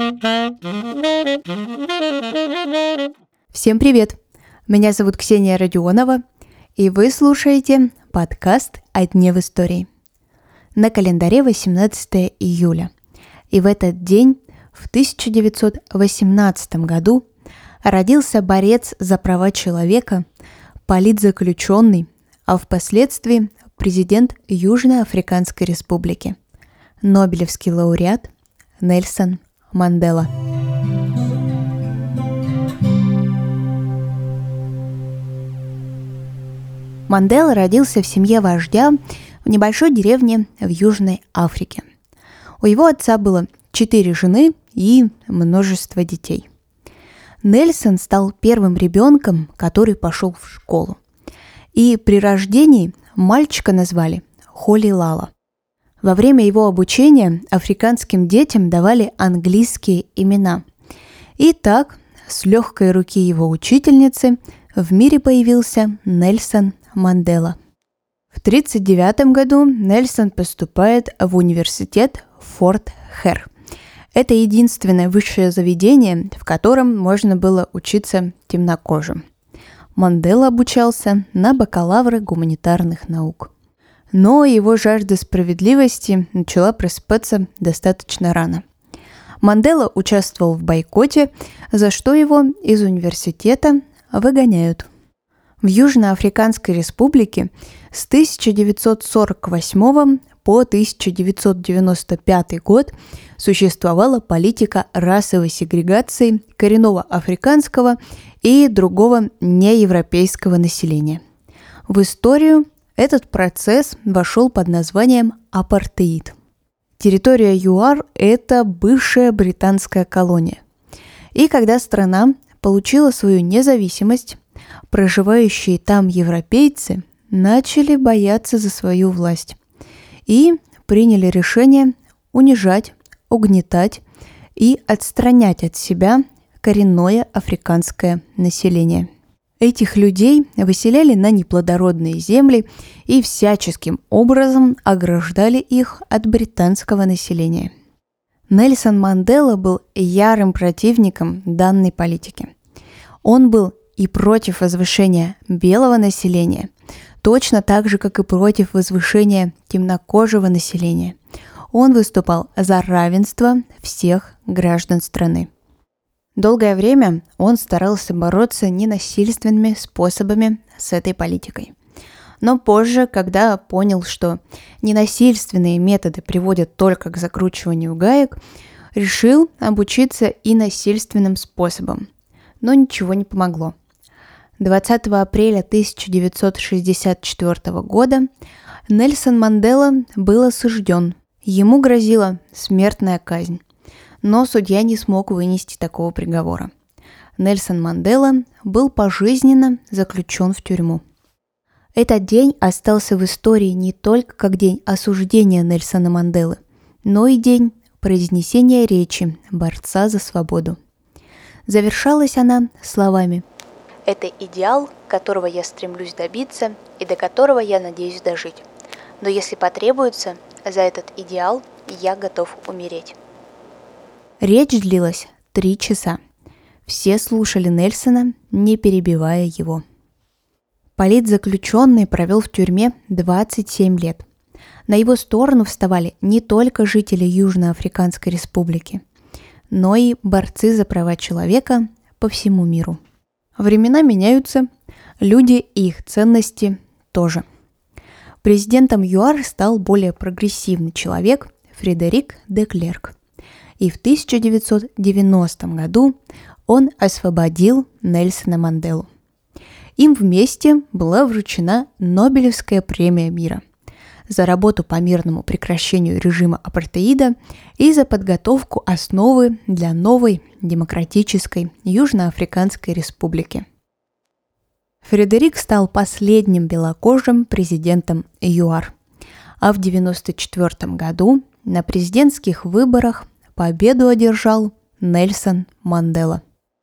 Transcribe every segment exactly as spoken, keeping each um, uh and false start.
Всем привет! Меня зовут Ксения Родионова, и вы слушаете подкаст «О дне в истории». На календаре восемнадцатое июля, и в этот день, в тысяча девятьсот восемнадцатом году, родился борец за права человека, политзаключенный, а впоследствии президент Южноафриканской Республики, Нобелевский лауреат Нельсон Мандела. Мандела родился в семье вождя в небольшой деревне в Южной Африке. У его отца было четыре жены и множество детей. Нельсон стал первым ребенком, который пошел в школу. И при рождении мальчика назвали Холли Лала. Во время его обучения африканским детям давали английские имена. И так, с легкой руки его учительницы, в мире появился Нельсон Мандела. В тысяча девятьсот тридцать девятом году Нельсон поступает в университет Форт Хэр. Это единственное высшее заведение, в котором можно было учиться темнокожим. Мандела обучался на бакалавра гуманитарных наук. Но его жажда справедливости начала просыпаться достаточно рано. Мандела участвовал в бойкоте, за что его из университета выгоняют. В Южноафриканской Республике с тысяча девятьсот сорок восьмого по тысяча девятьсот девяносто пятый год существовала политика расовой сегрегации коренного африканского и другого неевропейского населения. В историю этот процесс вошел под названием апартеид. Территория ЮАР – это бывшая британская колония. И когда страна получила свою независимость, проживающие там европейцы начали бояться за свою власть и приняли решение унижать, угнетать и отстранять от себя коренное африканское население. Этих людей выселяли на неплодородные земли и всяческим образом ограждали их от британского населения. Нельсон Мандела был ярым противником данной политики. Он был и против возвышения белого населения, точно так же, как и против возвышения темнокожего населения. Он выступал за равенство всех граждан страны. Долгое время он старался бороться ненасильственными способами с этой политикой. Но позже, когда понял, что ненасильственные методы приводят только к закручиванию гаек, решил обучиться и насильственным способом. Но ничего не помогло. двадцатого апреля тысяча девятьсот шестьдесят четвёртого года Нельсон Мандела был осужден. Ему грозила смертная казнь. Но судья не смог вынести такого приговора. Нельсон Мандела был пожизненно заключен в тюрьму. Этот день остался в истории не только как день осуждения Нельсона Манделы, но и день произнесения речи борца за свободу. Завершалась она словами: «Это идеал, которого я стремлюсь добиться и до которого я надеюсь дожить. Но если потребуется, за этот идеал я готов умереть». Речь длилась три часа. Все слушали Нельсона, не перебивая его. Политзаключенный провел в тюрьме двадцать семь лет. На его сторону вставали не только жители Южноафриканской Республики, но и борцы за права человека по всему миру. Времена меняются, люди и их ценности тоже. Президентом ЮАР стал более прогрессивный человек Фредерик де Клерк. И в тысяча девятьсот девяностом году он освободил Нельсона Манделу. Им вместе была вручена Нобелевская премия мира за работу по мирному прекращению режима апартеида и за подготовку основы для новой демократической Южноафриканской Республики. Фредерик стал последним белокожим президентом ЮАР, а в девяносто четвёртом году на президентских выборах победу одержал Нельсон Мандела.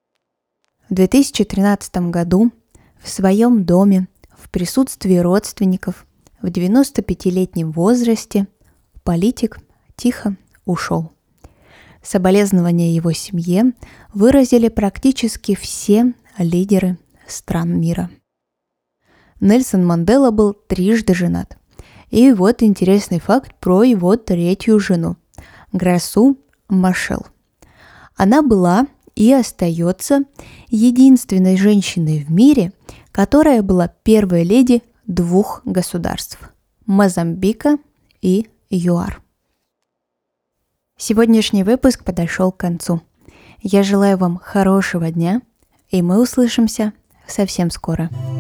В две тысячи тринадцатом году в своем доме в присутствии родственников в девяностопятилетнем возрасте политик тихо ушел. Соболезнования его семье выразили практически все лидеры стран мира. Нельсон Мандела был трижды женат. И вот интересный факт про его третью жену, Грасу Машел. Она была и остается единственной женщиной в мире, которая была первой леди двух государств – Мозамбика и ЮАР. Сегодняшний выпуск подошел к концу. Я желаю вам хорошего дня, и мы услышимся совсем скоро.